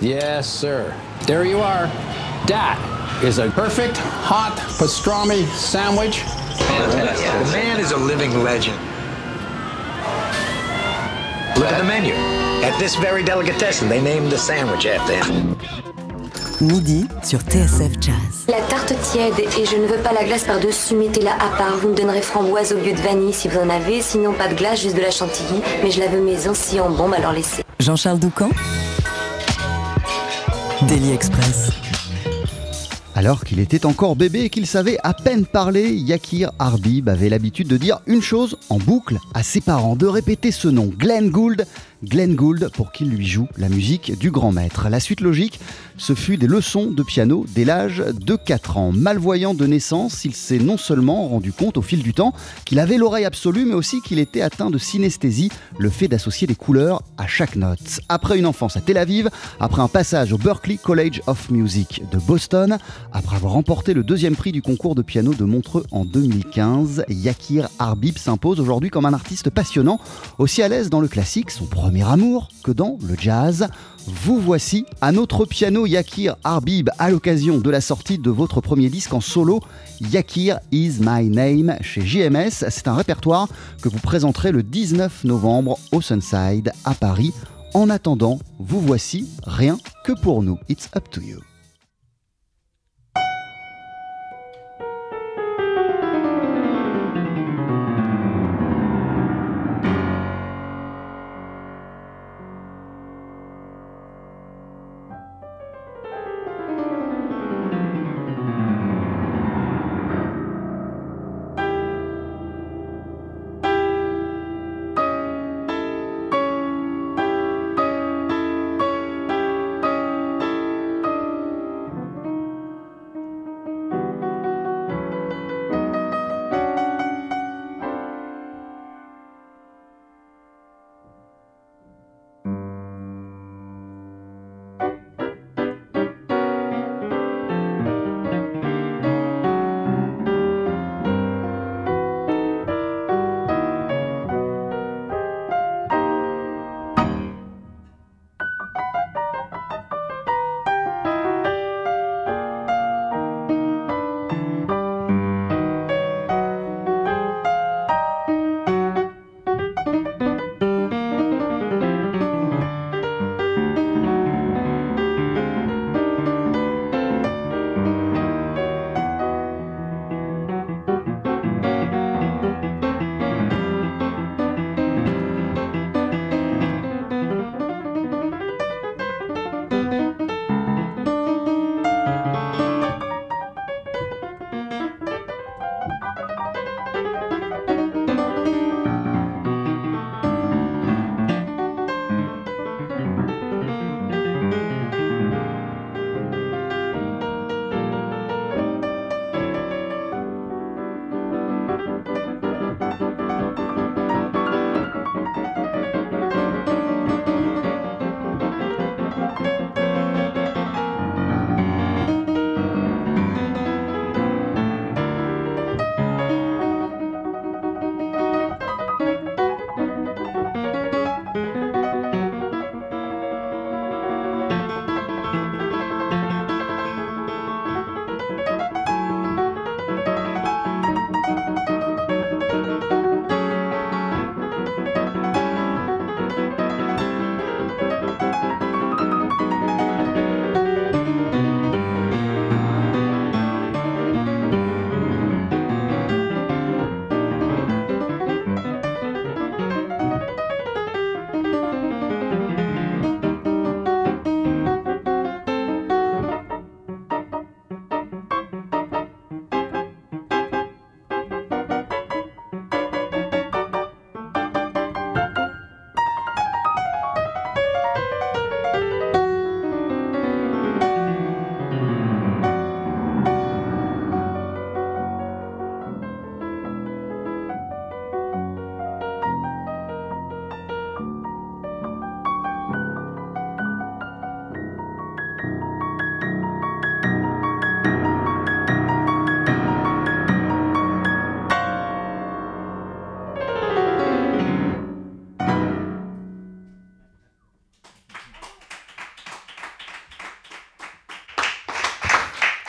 Yes, sir. There you are. That is a perfect hot pastrami sandwich. Fantastic. The man is a living legend. Look at the menu. At this very delicatessen, they named the sandwich after him. Midi sur TSF Jazz. La tarte tiède et je ne veux pas la glace par-dessus, mettez-la à part. Vous me donnerez framboise au lieu de vanille si vous en avez, sinon pas de glace, juste de la chantilly. Mais je la veux maison, si en bombe, alors laissez. Jean-Charles Doucan. Daily Express. Alors qu'il était encore bébé et qu'il savait à peine parler, Yakir Arbib avait l'habitude de dire une chose en boucle à ses parents, de répéter ce nom, Glenn Gould pour qu'il lui joue la musique du grand maître. La suite logique, ce fut des leçons de piano dès l'âge de 4 ans. Malvoyant de naissance, il s'est non seulement rendu compte au fil du temps qu'il avait l'oreille absolue, mais aussi qu'il était atteint de synesthésie, le fait d'associer des couleurs à chaque note. Après une enfance à Tel Aviv, après un passage au Berklee College of Music de Boston, après avoir remporté le 2e prix du concours de piano de Montreux en 2015, Yakir Arbib s'impose aujourd'hui comme un artiste passionnant, aussi à l'aise dans le classique, son premier amour, que dans le jazz. Vous voici à notre piano Yakir Arbib à l'occasion de la sortie de votre premier disque en solo, Yakir Is My Name chez JMS. C'est un répertoire que vous présenterez le 19 novembre au Sunside à Paris. En attendant, vous voici Rien que pour nous. It's up to you.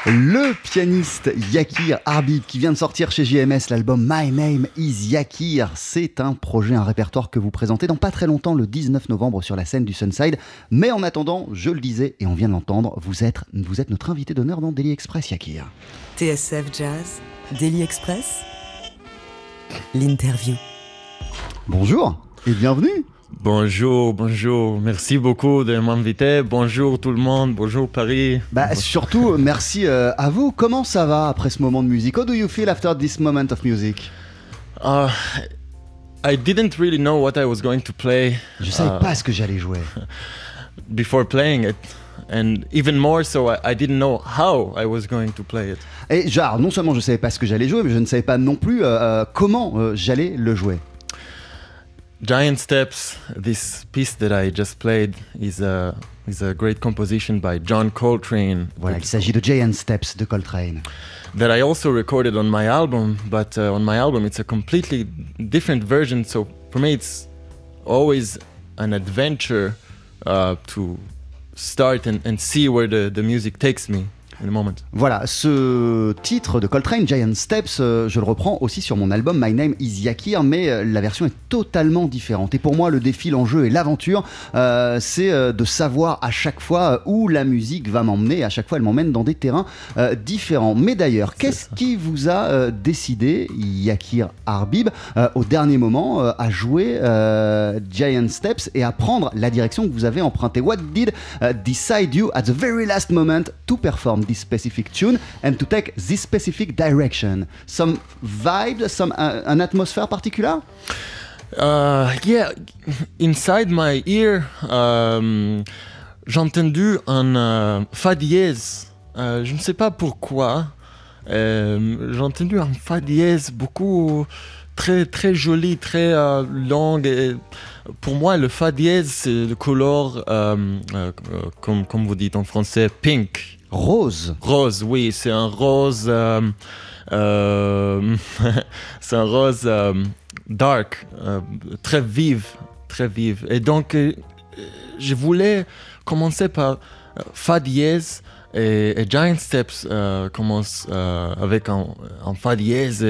Le pianiste Yakir Arbib qui vient de sortir chez JMS l'album My Name is Yakir. C'est un projet, un répertoire que vous présentez dans pas très longtemps, le 19 novembre sur la scène du Sunside. Mais en attendant, je le disais et on vient de l'entendre, vous êtes notre invité d'honneur dans Daily Express, Yakir. TSF Jazz, Daily Express, l'interview. Bonjour et bienvenue. Bonjour, merci beaucoup de m'inviter, bonjour tout le monde, bonjour Paris. Surtout, merci à vous. Comment ça va après ce moment de musique? How do you feel after this moment of music? I didn't really know what I was going to play. Je savais pas ce que j'allais jouer. Before playing it. And even more so, I didn't know how I was going to play it. Et genre, non seulement je savais pas ce que j'allais jouer, mais je ne savais pas non plus comment j'allais le jouer. Giant Steps, this piece that I just played, is a great composition by John Coltrane. Voilà, il s'agit de Giant Steps de Coltrane. That I also recorded on my album, but on my album it's a completely different version. So for me, it's always an adventure to start and see where the music takes me. Voilà, ce titre de Coltrane, Giant Steps, je le reprends aussi sur mon album My Name is Yakir, mais la version est totalement différente. Et pour moi, le défi, l'enjeu et l'aventure, c'est de savoir à chaque fois où la musique va m'emmener. À chaque fois, elle m'emmène dans des terrains différents. Mais d'ailleurs, qu'est-ce qui vous a décidé, Yakir Arbib, au dernier moment, à jouer Giant Steps et à prendre la direction que vous avez empruntée? What did decide you at the very last moment to perform this specific tune and to take this specific direction? Some vibe, an atmosphere particular? Yeah, inside my ear, j'ai entendu un fa dièse. Je ne sais pas pourquoi. J'ai entendu un fa dièse beaucoup très très joli, très long. Et pour moi, le fa dièse, c'est le couleur, comme vous dites en français, pink. Rose. Rose, oui, c'est un rose. C'est un rose dark, très vive. Et donc, je voulais commencer par fa dièse et Giant Steps commence avec un fa dièse.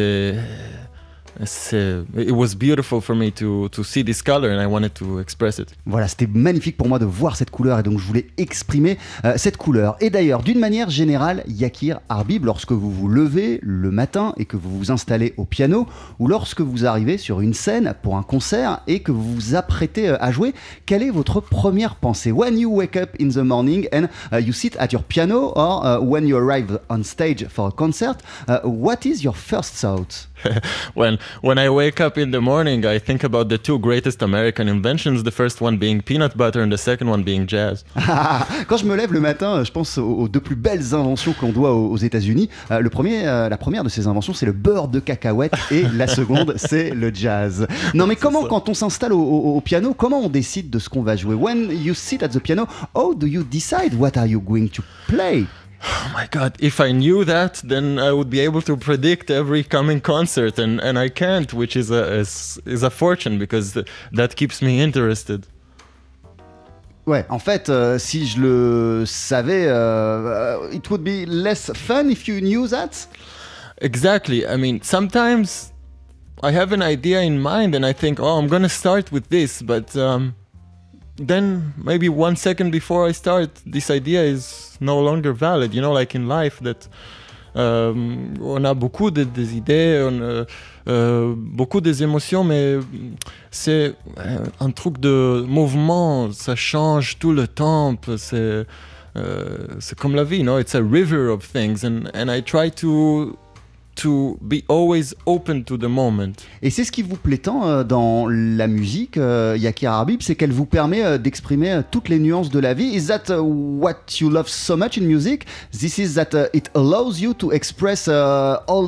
It was beautiful for me to see this color and I wanted to express it. Voilà, c'était magnifique pour moi de voir cette couleur et donc je voulais exprimer cette couleur. Et d'ailleurs, d'une manière générale, Yakir Arbib, lorsque vous vous levez le matin et que vous vous installez au piano ou lorsque vous arrivez sur une scène pour un concert et que vous vous apprêtez à jouer, quelle est votre première pensée? When you wake up in the morning and you sit at your piano or when you arrive on stage for a concert, what is your first thought? When I wake up in the morning, I think about the two greatest American inventions, the first one being peanut butter and the second one being jazz. Quand je me lève le matin, je pense aux deux plus belles inventions que l'on doit aux États-Unis. La première de ces inventions, c'est le beurre de cacahuète et la seconde, c'est le jazz. Non mais comment, quand on s'installe au piano, comment on décide de ce qu'on va jouer? When you sit at the piano, how do you decide what are you going to play? Oh my God, if I knew that, then I would be able to predict every coming concert, and I can't, which is a fortune, because that keeps me interested. Ouais, en fait, si je le savais, it would be less fun if you knew that? Exactly, I mean, sometimes I have an idea in mind and I think, oh, I'm gonna start with this, but then maybe 1 second before I start, this idea is no longer valid. You know, like in life, that on a beaucoup des idées, beaucoup des émotions, mais c'est un truc de mouvement, ça change tout le temps. C'est comme la vie, no? It's a river of things, and I try to be always open to the moment. Et c'est ce qui vous plaît tant dans la musique, Yakir Arbib, c'est qu'elle vous permet d'exprimer toutes les nuances de la vie. Is that what you love so much in music? This is that it allows you to express all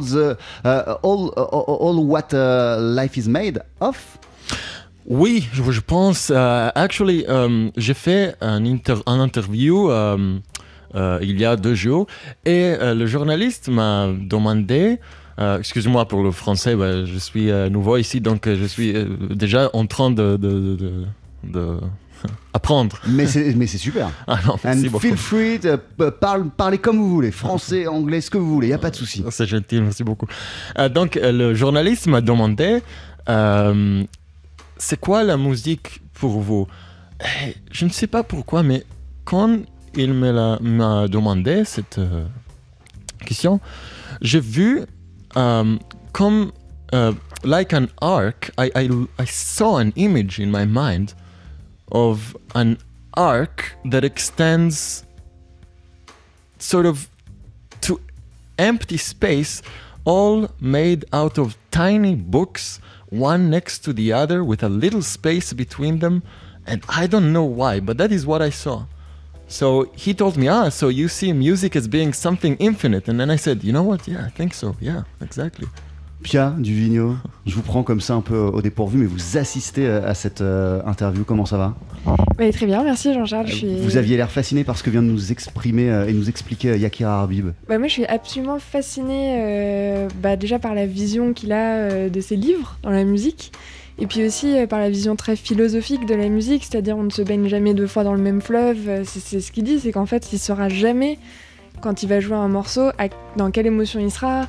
what life is made of? Oui, je pense. Actually, j'ai fait un interview il y a 2 jours et le journaliste m'a demandé, excusez-moi pour le français, je suis nouveau ici, donc je suis déjà en train de apprendre. Mais c'est super. Ah non, merci And beaucoup. feel free, parlez comme vous voulez, français, anglais, ce que vous voulez, il n'y a pas de souci. C'est gentil, merci beaucoup. Donc, le journaliste m'a demandé c'est quoi la musique pour vous? Je ne sais pas pourquoi, mais quand il m'a demandé cette question, j'ai vu comme like an arc. I saw an image in my mind of an arc that extends sort of to empty space, all made out of tiny books, one next to the other with a little space between them. And I don't know why, but that is what I saw. So he told me, so you see music as being something infinite. And then I said, you know what? Yeah, I think so. Yeah, exactly. Pia Duvigneau, je vous prends comme ça un peu au dépourvu, mais vous assistez à cette interview. Comment ça va? Ouais, très bien, merci Jean-Charles. Vous aviez l'air fasciné par ce que vient de nous exprimer et nous expliquer Yakir Arbib. Moi, je suis absolument fascinée déjà par la vision qu'il a de ses livres dans la musique. Et puis aussi par la vision très philosophique de la musique, c'est-à-dire on ne se baigne jamais deux fois dans le même fleuve. C'est ce qu'il dit, c'est qu'en fait, il ne saura jamais, quand il va jouer un morceau, dans quelle émotion il sera,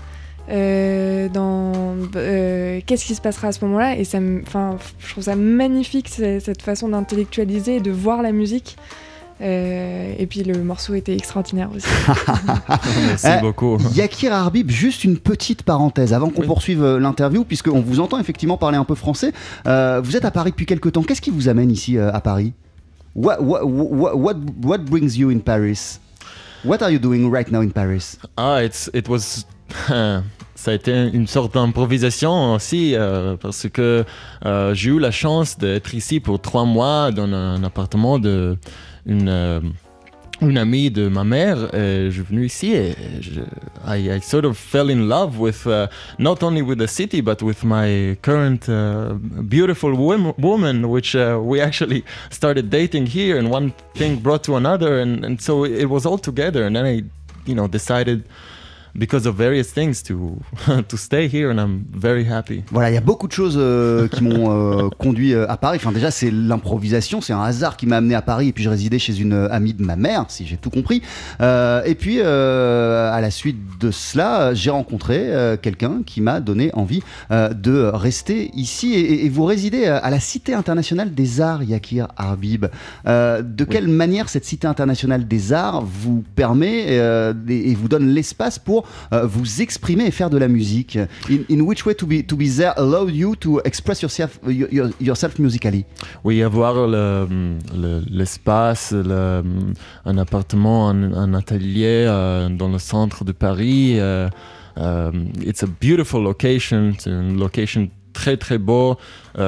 qu'est-ce qui se passera à ce moment-là. Et je trouve ça magnifique, cette façon d'intellectualiser et de voir la musique. Et puis le morceau était extraordinaire aussi. Merci beaucoup. Yakir Arbib, juste une petite parenthèse avant qu'on poursuive l'interview, puisqu'on vous entend effectivement parler un peu français. Vous êtes à Paris depuis quelques temps. Qu'est-ce qui vous amène ici à Paris? What brings you in Paris? What are you doing right now in Paris? It was ça a été une sorte d'improvisation aussi parce que j'ai eu la chance d'être ici pour 3 mois dans un appartement une amie de ma mère. Et je suis venu ici et I sort of fell in love with not only with the city but with my current beautiful woman, which we actually started dating here, and one thing brought to another, and so it was all together, and then I decided because of various things to stay here, and I'm very happy. Voilà, il y a beaucoup de choses qui m'ont conduit à Paris. Enfin, déjà, c'est l'improvisation, c'est un hasard qui m'a amené à Paris, et puis je résidais chez une amie de ma mère, si j'ai tout compris. Et puis, à la suite de cela, j'ai rencontré quelqu'un qui m'a donné envie de rester ici. Et vous résidez à la Cité internationale des arts, Yakir Arbib. De quelle manière cette Cité internationale des arts vous permet et vous donne l'espace pour vous exprimer et faire de la musique? In which way to be there allow you to express yourself musically? Oui, avoir l'espace, un appartement, un atelier dans le centre de Paris. It's a beautiful location. C'est une location très très beau.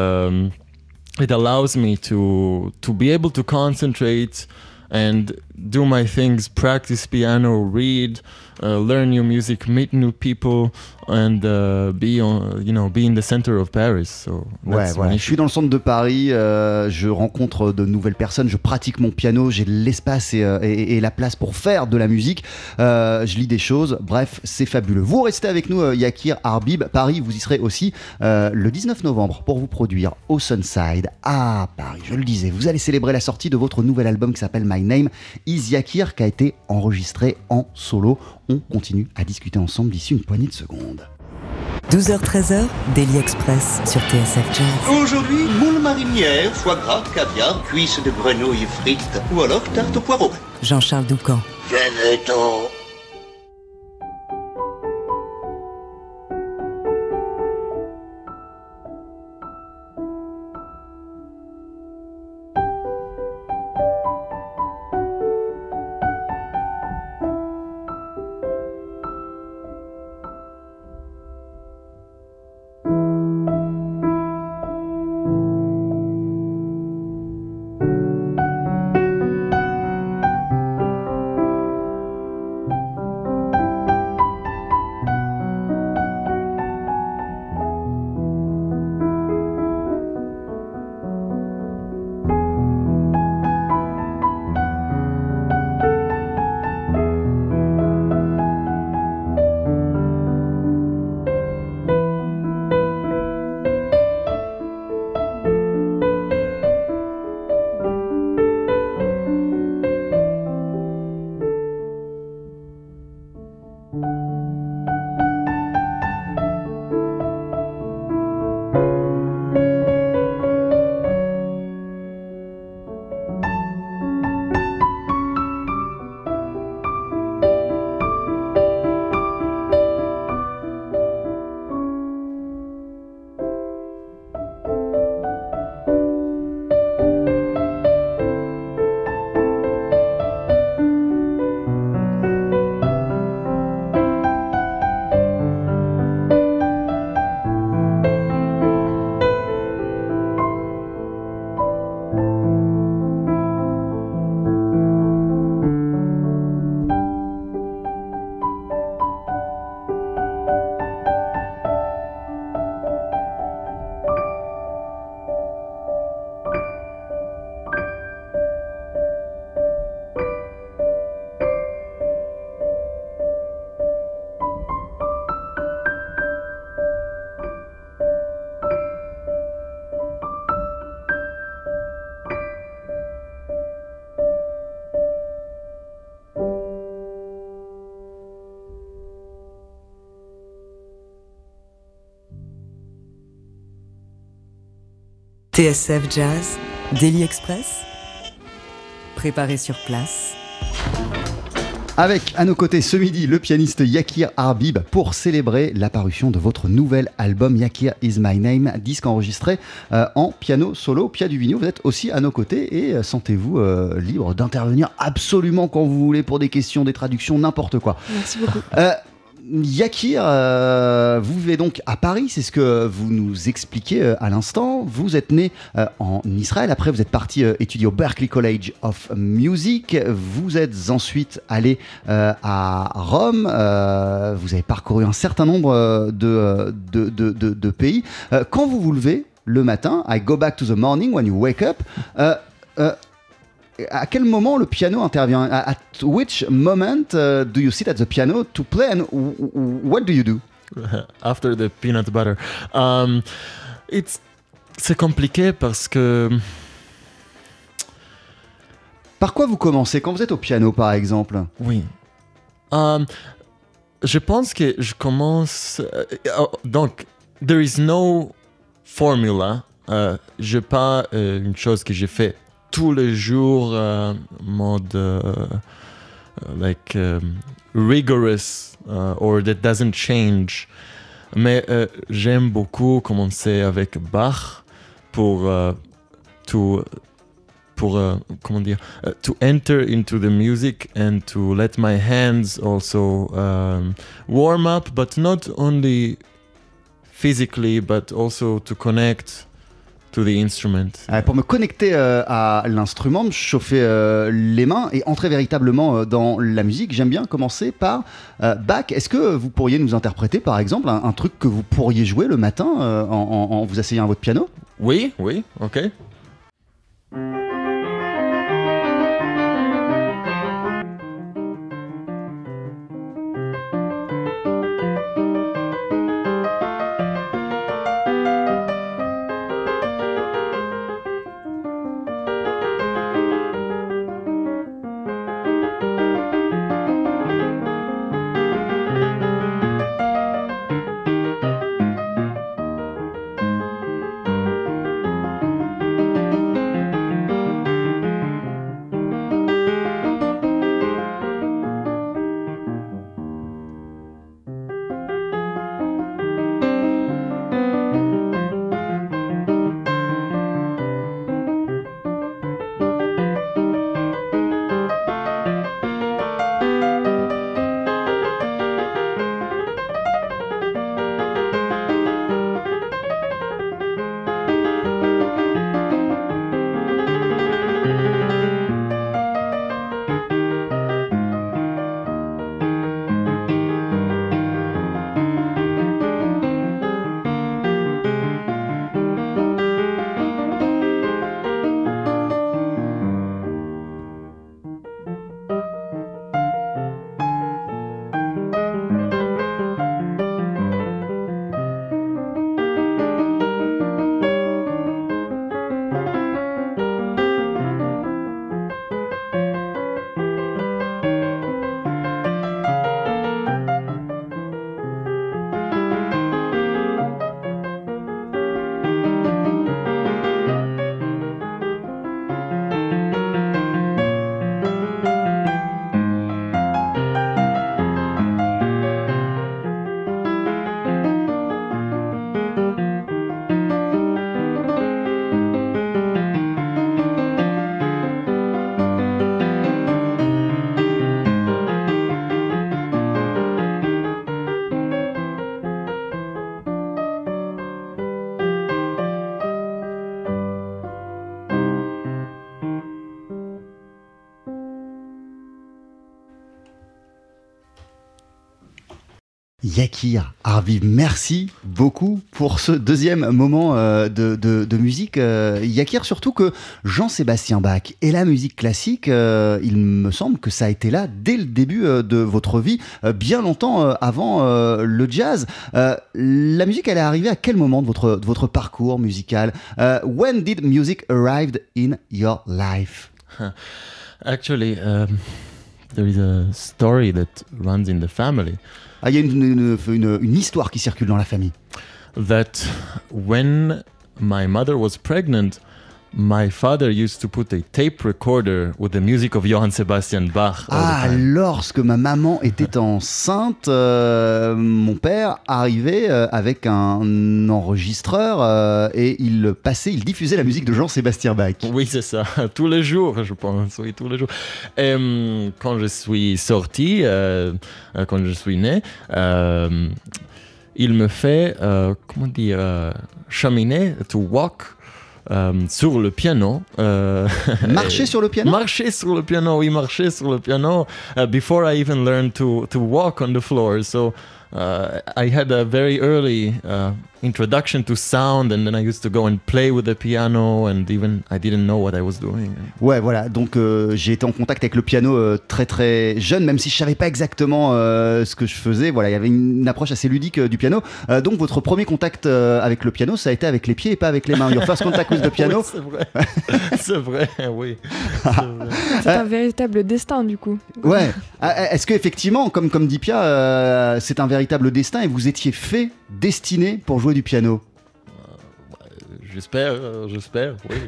It allows me to be able to concentrate and do my things, practice piano, read, learn new music, meet new people, and be in the center of Paris. So ouais, voilà. Je suis dans le centre de Paris, je rencontre de nouvelles personnes, je pratique mon piano, j'ai l'espace et la place pour faire de la musique, je lis des choses, bref, c'est fabuleux. Vous restez avec nous, Yakir Arbib. Paris, vous y serez aussi le 19 novembre pour vous produire au Sunside à Paris. Je le disais, vous allez célébrer la sortie de votre nouvel album qui s'appelle My Name Is Yakir, qui a été enregistré en solo. On continue à discuter ensemble d'ici une poignée de secondes. 12h-13h, Daily Express sur TSF Jazz. Aujourd'hui, moule marinière, foie gras, caviar, cuisses de grenouille frites ou alors tarte au poireau. Jean-Charles Doucan. Venez-t'en. TSF Jazz, Daily Express, préparé sur place. Avec à nos côtés ce midi le pianiste Yakir Arbib pour célébrer la parution de votre nouvel album Yakir Is My Name, disque enregistré en piano solo. Pia Duvigneau, vous êtes aussi à nos côtés et sentez-vous libre d'intervenir absolument quand vous voulez pour des questions, des traductions, n'importe quoi. Merci beaucoup. Yakir, vous vivez donc à Paris, c'est ce que vous nous expliquez à l'instant. Vous êtes né en Israël, après vous êtes parti étudier au Berklee College of Music. Vous êtes ensuite allé à Rome. Vous avez parcouru un certain nombre de pays. Quand vous vous levez le matin, I go back to the morning when you wake up. À quel moment le piano intervient? At which moment do you sit at the piano to play, and what do you do? After the peanut butter. C'est compliqué parce que... Par quoi vous commencez quand vous êtes au piano, par exemple? Oui. Je pense que je commence... donc, there is no formula. Je pas une chose que j'ai fait tous les jours, mode rigorous, or that doesn't change. Mais j'aime beaucoup commencer avec Bach pour to enter into the music and to let my hands also warm up, but not only physically, but also to connect to the instrument. Pour me connecter à l'instrument, me chauffer les mains et entrer véritablement dans la musique, j'aime bien commencer par Bach. Est-ce que vous pourriez nous interpréter par exemple un truc que vous pourriez jouer le matin en vous asseyant à votre piano? Oui, ok. Yakir Arbib, merci beaucoup pour ce deuxième moment de musique. Yakir, surtout que Jean-Sébastien Bach et la musique classique, il me semble que ça a été là dès le début de votre vie, bien longtemps avant le jazz. La musique, elle est arrivée à quel moment de votre parcours musical? When did music arrive in your life? Actually, there is a story that runs in the family. Il y a une histoire qui circule dans la famille. That when my mother was pregnant, my father used to put a tape recorder with the music of Johann Sebastian Bach all the time. Lorsque ma maman était enceinte, mon père arrivait avec un enregistreur et il diffusait la musique de Jean-Sébastien Bach. Oui, c'est ça. Tous les jours, je pense. Oui, tous les jours. Et quand je suis sorti, quand je suis né, il me fait, cheminer, to walk, sur le piano. Marcher sur le piano? Marcher sur le piano, oui, marcher sur le piano. Before I even learned to walk on the floor. So I had a very early introduction to sound, and then I used to go and play with the piano, and even I didn't know what I was doing. Ouais, voilà, donc j'ai été en contact avec le piano très très jeune, même si je savais pas exactement ce que je faisais. Voilà, il y avait une approche assez ludique du piano. Donc votre premier contact avec le piano, ça a été avec les pieds et pas avec les mains. Your first contact with the piano. Oui, c'est vrai. C'est vrai, oui. C'est vrai. C'est un véritable destin, du coup. Ouais. Est-ce qu'effectivement, comme dit Pia, c'est un véritable destin et vous étiez destiné pour jouer du piano? J'espère, oui.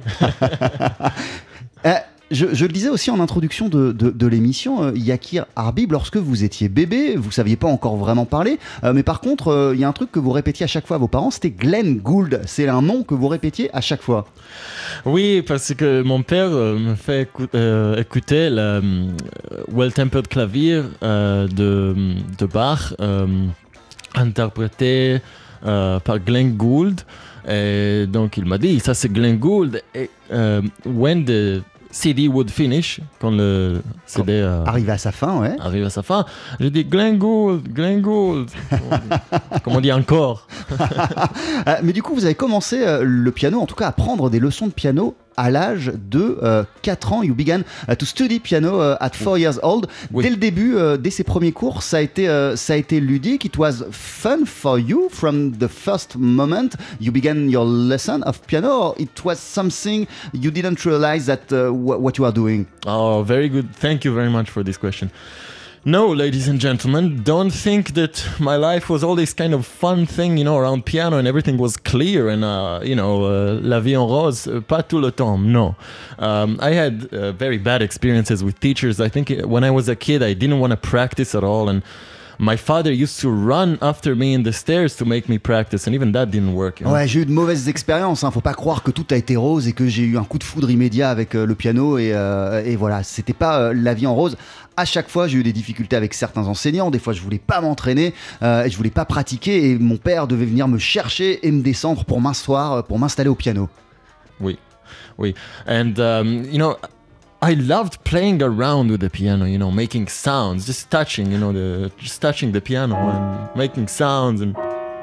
Je le disais aussi en introduction de l'émission, Yakir Arbib, lorsque vous étiez bébé, vous saviez pas encore vraiment parler, mais par contre, il y a un truc que vous répétiez à chaque fois à vos parents, c'était Glenn Gould. C'est un nom que vous répétiez à chaque fois. Oui, parce que mon père me fait écouter le Well-Tempered Clavier de Bach, interprété par Glenn Gould. Et donc il m'a dit, ça c'est Glenn Gould. Et when the CD would finish, quand le CD arrive à sa fin, ouais. Arrive à sa fin, j'ai dit Glenn Gould. Comme on dit encore. Mais du coup, vous avez commencé le piano, en tout cas à prendre des leçons de piano à l'âge de 4 ans. You began to study piano at 4 years old. Oui. Dès le début, dès ses premiers cours, ça a été ludique. It was fun for you from the first moment you began your lesson of piano, or it was something you didn't realize that what you are doing? Oh, very good. Thank you very much for this question. No, ladies and gentlemen, don't think that my life was all this kind of fun thing, around piano and everything was clear and, la vie en rose. Pas tout le temps, no. I had very bad experiences with teachers. I think when I was a kid, I didn't want to practice at all, and my father used to run after me in the stairs to make me practice, and even that didn't work. Ouais, j'ai eu de mauvaises expériences. Faut pas croire que tout a été rose et que j'ai eu un coup de foudre immédiat avec le piano et voilà, c'était pas la vie en rose. À chaque fois, j'ai eu des difficultés avec certains enseignants. Des fois, je voulais pas m'entraîner et je voulais pas pratiquer. Et mon père devait venir me chercher et me descendre pour m'asseoir, pour m'installer au piano. Oui. And, I loved playing around with the piano, making sounds, just touching the piano and making sounds and...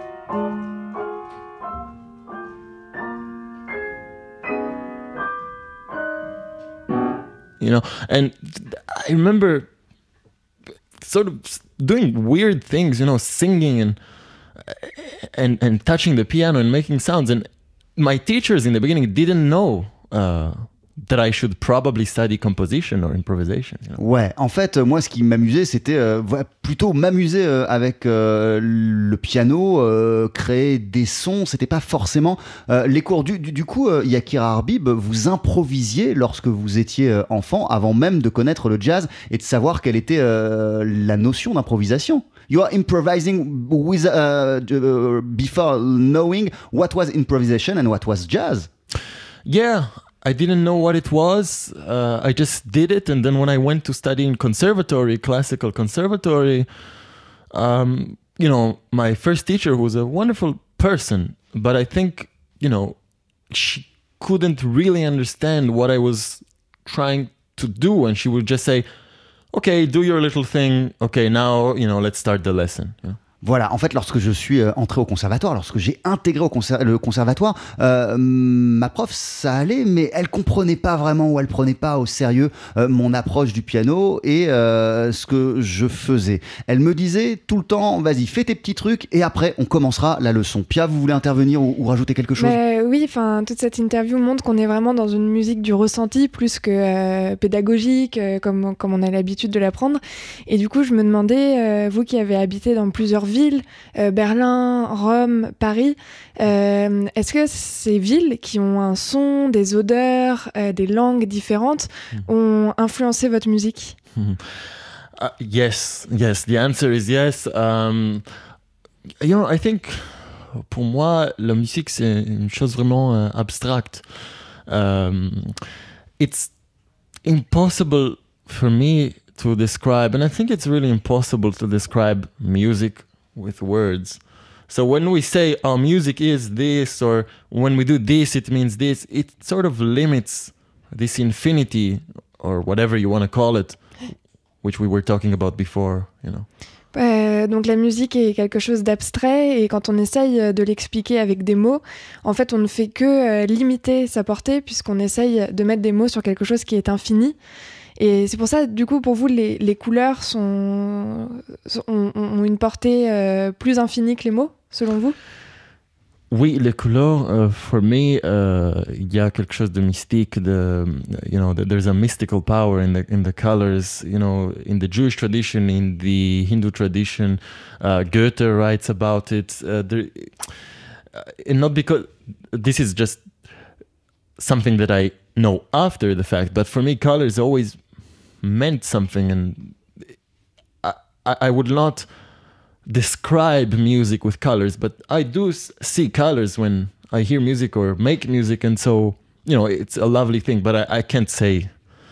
And I remember sort of doing weird things, singing and touching the piano and making sounds. And my teachers in the beginning didn't know that I should probably study composition or improvisation. Ouais, en fait, moi, ce qui m'amusait, c'était plutôt m'amuser avec le piano, créer des sons. C'était pas forcément les cours. Du coup, Yakir Arbib, vous improvisiez lorsque vous étiez enfant, avant même de connaître le jazz et de savoir quelle était la notion d'improvisation. You are improvising with before knowing what was improvisation and what was jazz. Yeah. I didn't know what it was. I just did it. And then when I went to study in classical conservatory, my first teacher was a wonderful person, but I think, she couldn't really understand what I was trying to do. And she would just say, okay, do your little thing. Okay, now, let's start the lesson. Yeah. Voilà, en fait, lorsque je suis entré au conservatoire, lorsque j'ai intégré le conservatoire, ma prof, ça allait, mais elle comprenait pas vraiment ou elle prenait pas au sérieux mon approche du piano et ce que je faisais. Elle me disait tout le temps, vas-y, fais tes petits trucs et après, on commencera la leçon. Pia, vous voulez intervenir ou rajouter quelque chose? Oui, toute cette interview montre qu'on est vraiment dans une musique du ressenti plus que pédagogique, comme on a l'habitude de l'apprendre. Et du coup, je me demandais, vous qui avez habité dans plusieurs villes villes, Berlin, Rome, Paris. Est-ce que ces villes qui ont un son, des odeurs, des langues différentes ont influencé votre musique? Yes. The answer is yes. I think, pour moi, la musique, c'est une chose vraiment abstracte. It's impossible for me to describe, and I think it's really impossible to describe music with words. So when we say, oh, music is this, or when we do this, it means this, it sort of limits this infinity, or whatever you want to call it, which we were talking about before, you know. Donc la musique est quelque chose d'abstrait et quand on essaye de l'expliquer avec des mots, en fait on ne fait que limiter sa portée puisqu'on essaye de mettre des mots sur quelque chose qui est infini. Et c'est pour ça, du coup, pour vous, les couleurs ont une portée plus infinie que les mots, selon vous? Oui, les couleurs, for me, il y a quelque chose de mystique. There's a mystical power in the colors. You know, in the Jewish tradition, in the Hindu tradition, Goethe writes about it. And not because this is just something that I know after the fact, but for me, colors always meant something, and I would not describe music with colors, but I do see colors when I hear music or make music, and so, you know, it's a lovely thing, but I can't say,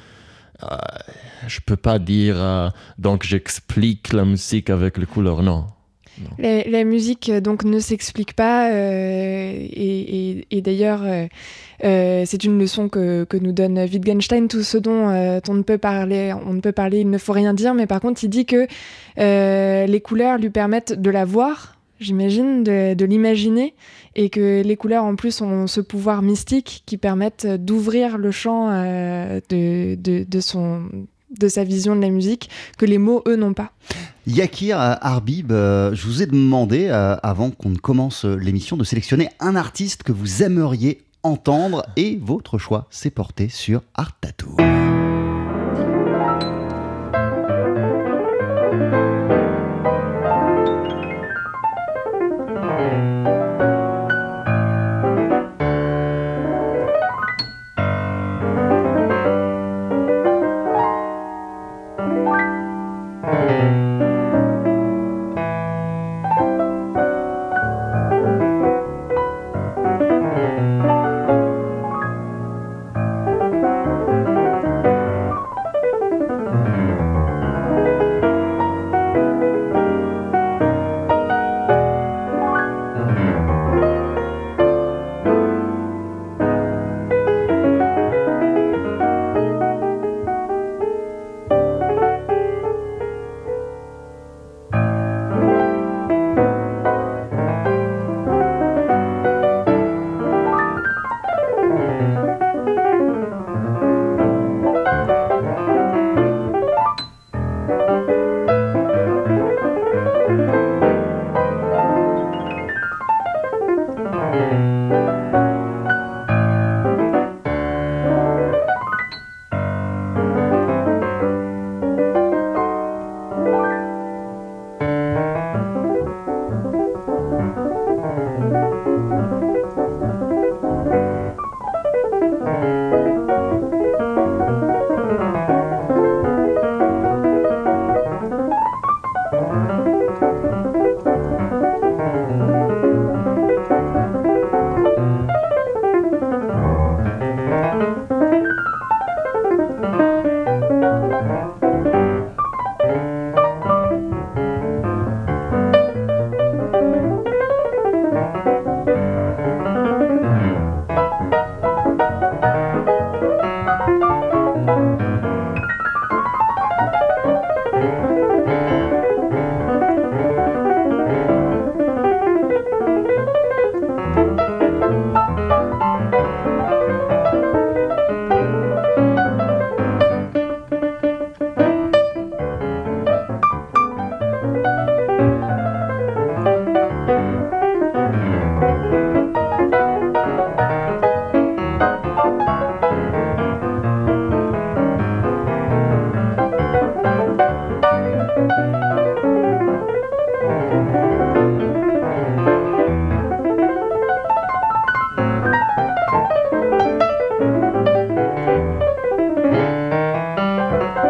je peux pas dire, donc j'explique la musique avec les couleurs, non. La musique donc ne s'explique pas et d'ailleurs c'est une leçon que nous donne Wittgenstein, tout ce dont on ne peut parler, il ne faut rien dire, mais par contre il dit que les couleurs lui permettent de la voir, j'imagine, de l'imaginer, et que les couleurs en plus ont ce pouvoir mystique qui permettent d'ouvrir le champ de sa vision de la musique, que les mots, eux, n'ont pas. Yakir Arbib, je vous ai demandé, avant qu'on ne commence l'émission, de sélectionner un artiste que vous aimeriez entendre, et votre choix s'est porté sur Art Tattoo.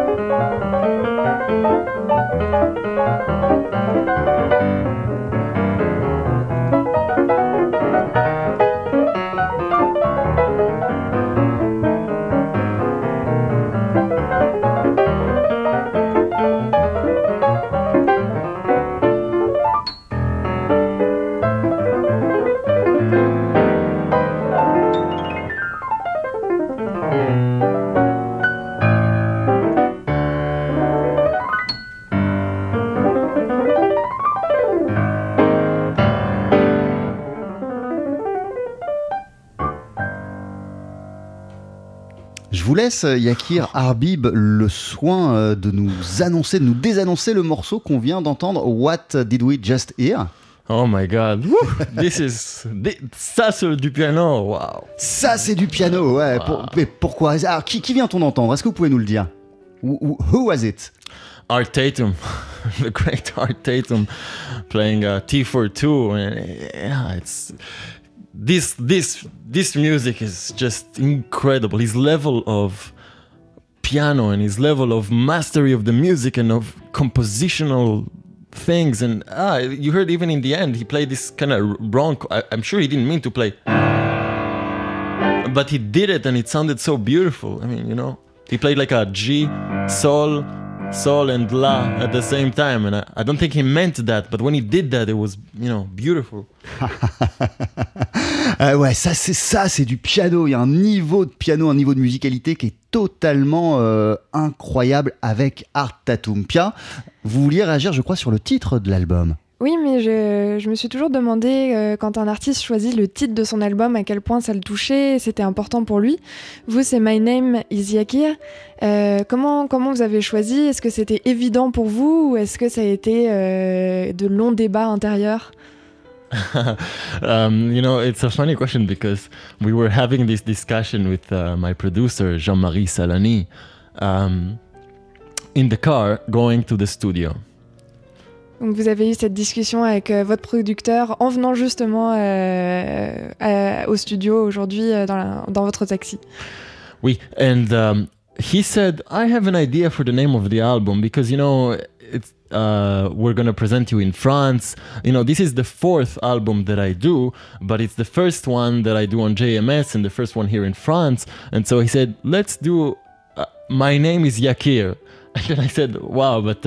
Je vous laisse, Yakir Arbib, le soin de nous annoncer, de nous désannoncer le morceau qu'on vient d'entendre. What did we just hear? Oh my God, ça c'est du piano, wow. Ça c'est du piano, ouais. Wow. Mais pourquoi? Alors, qui vient-on d'entendre? Est-ce que vous pouvez nous le dire? Who was it? Art Tatum, the great Art Tatum, playing T42, and yeah, it's this music is just incredible. His level of piano and his level of mastery of the music and of compositional things, and you heard even in the end he played this kind of wrong. I'm sure he didn't mean to play, but he did it, and it sounded so beautiful. I mean, you know, he played like a G, Sol, and La at the same time, and I don't think he meant that, but when he did that, it was, you know, beautiful. Ouais, ça c'est du piano. Il y a un niveau de piano, un niveau de musicalité qui est totalement incroyable avec Art Tatum. Pia, vous vouliez réagir, je crois, sur le titre de l'album. Oui, mais je me suis toujours demandé, quand un artiste choisit le titre de son album, à quel point ça le touchait, c'était important pour lui. Vous, c'est My Name is Yakir. Comment vous avez choisi? Est-ce que c'était évident pour vous ou est-ce que ça a été de longs débats intérieurs? You know, it's a funny question because we were having this discussion with my producer, Jean-Marie Salani, in the car going to the studio. Donc vous avez eu cette discussion avec votre producteur en venant justement au studio aujourd'hui dans votre taxi. Oui, and he said, I have an idea for the name of the album because, you know, it's, we're going to present you in France. You know, this is the 4th album that I do, but it's the first one that I do on JMS and the first one here in France. And so he said, let's do My Name is Yakir. And then I said, wow, but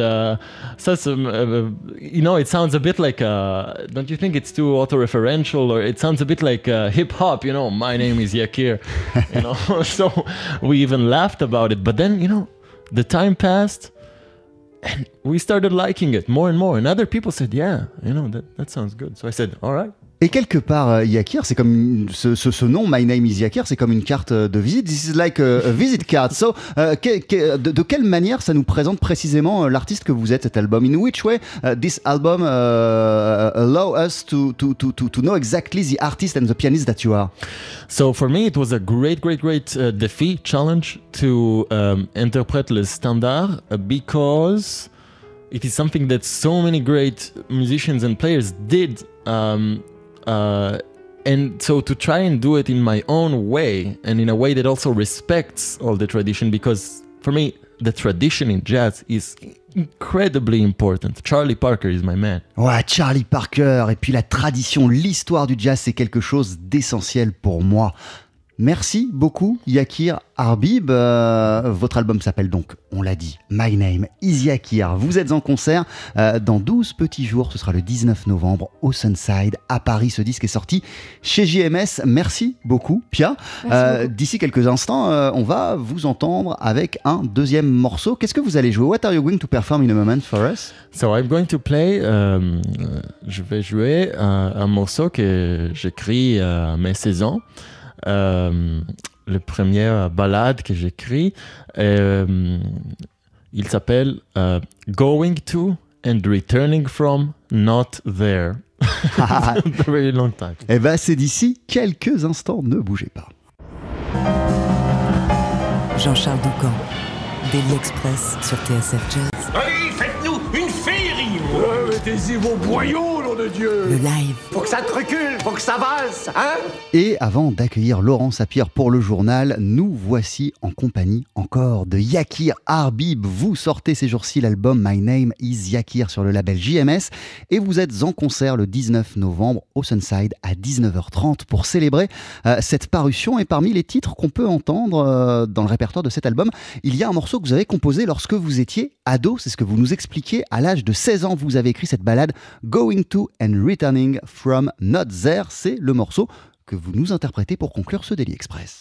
you know, it sounds a bit like, don't you think it's too auto-referential, or it sounds a bit like hip-hop, you know, My Name is Yakir, you know? So we even laughed about it. But then, you know, the time passed and we started liking it more and more. And other people said, yeah, you know, that sounds good. So I said, all right. Et quelque part, Yakir, c'est comme ce nom, My Name is Yakir, c'est comme une carte de visite. This is like a visit card. So, de quelle manière ça nous présente précisément l'artiste que vous êtes, cet album? In which way this album allow us to know exactly the artist and the pianist that you are? So for me, it was a great défi, challenge to interpret le standard because it is something that so many great musicians and players did. And so to try and do it in my own way and in a way that also respects all the tradition, because for me, the tradition in jazz is incredibly important. Charlie Parker is my man. Ouais, Charlie Parker. Et puis la tradition, l'histoire du jazz, c'est quelque chose d'essentiel pour moi. Merci beaucoup, Yakir Arbib. Votre album s'appelle donc, on l'a dit, My Name is Yakir. Vous êtes en concert dans 12 petits jours. Ce sera le 19 novembre au Sunside à Paris. Ce disque est sorti chez JMS. Merci beaucoup, Pia. D'ici quelques instants, on va vous entendre avec un deuxième morceau. Qu'est-ce que vous allez jouer? What are you going to perform in a moment for us? So I'm going to play, je vais jouer un morceau que j'écris à mes 16 ans. Le premier ballade que j'écris, il s'appelle Going to and Returning from Not There. Very long time. Et ben c'est d'ici quelques instants, ne bougez pas. Jean-Charles Doucan, Daily Express sur TSF Jazz. Allez, faites-nous une féerie. Mettez-y vos boyaux, de Dieu. Le live. Faut que ça te recule, faut que ça avance, hein? Et avant d'accueillir Laurent Sapir pour le journal, nous voici en compagnie encore de Yakir Arbib. Vous sortez ces jours-ci l'album My Name is Yakir sur le label JMS et vous êtes en concert le 19 novembre au Sunside à 19h30 pour célébrer cette parution. Et parmi les titres qu'on peut entendre dans le répertoire de cet album, il y a un morceau que vous avez composé lorsque vous étiez ado. C'est ce que vous nous expliquez. À l'âge de 16 ans, vous avez écrit cette ballade Going to and Returning from Not There. C'est le morceau que vous nous interprétez pour conclure ce Daily Express.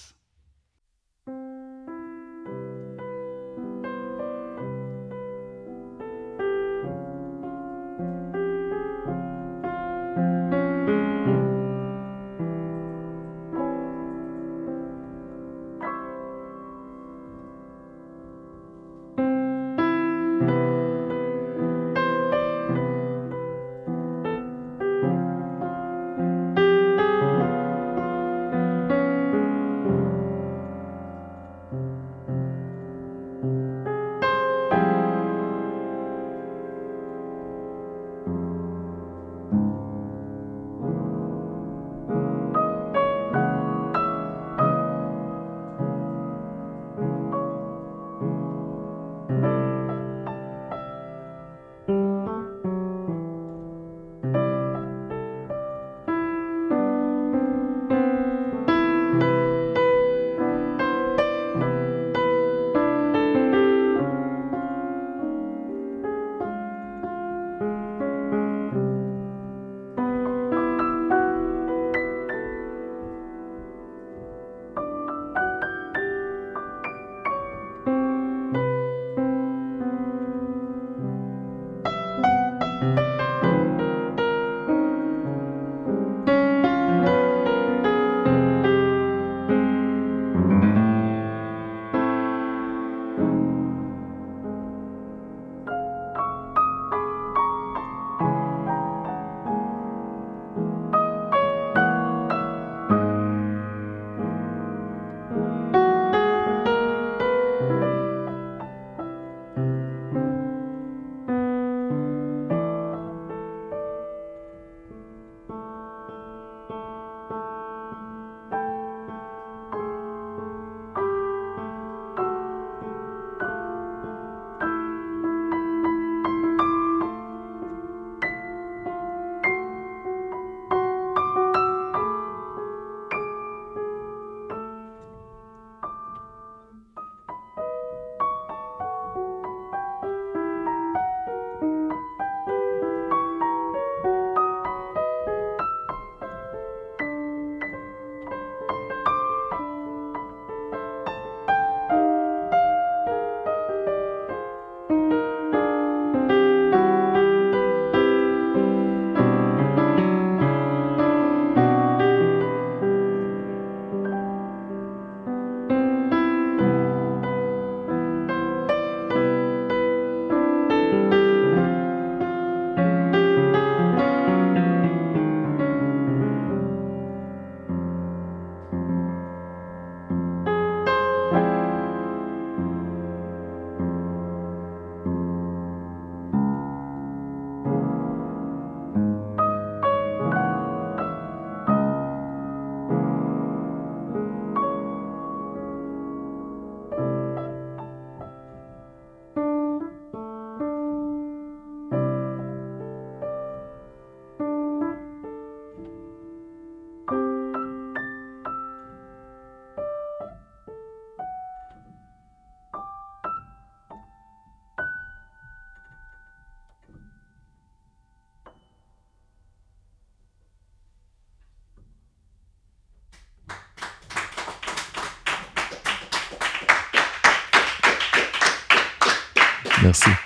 Merci.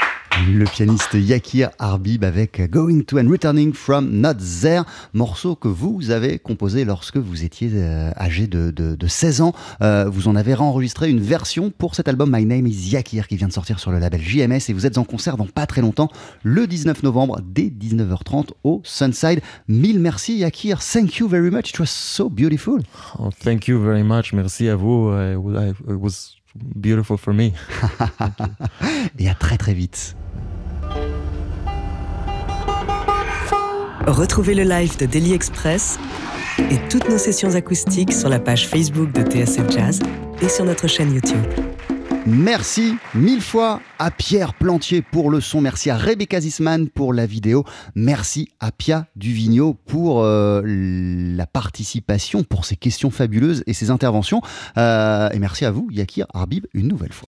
Le pianiste Yakir Arbib avec Going to and Returning from Not There, morceau que vous avez composé lorsque vous étiez âgé de 16 ans. Vous en avez réenregistré une version pour cet album My Name is Yakir qui vient de sortir sur le label JMS et vous êtes en concert dans pas très longtemps, le 19 novembre dès 19h30 au Sunside. Mille merci Yakir, thank you very much, it was so beautiful. Oh, thank you very much, merci à vous. It was beautiful for me. Et à très très vite. Retrouvez le live de Daily Express et toutes nos sessions acoustiques sur la page Facebook de TSF Jazz et sur notre chaîne YouTube. Merci 1000 fois à Pierre Plantier pour le son, merci à Rebecca Zisman pour la vidéo, merci à Pia Duvigneau pour la participation, pour ses questions fabuleuses et ses interventions, et merci à vous Yakir Arbib une nouvelle fois.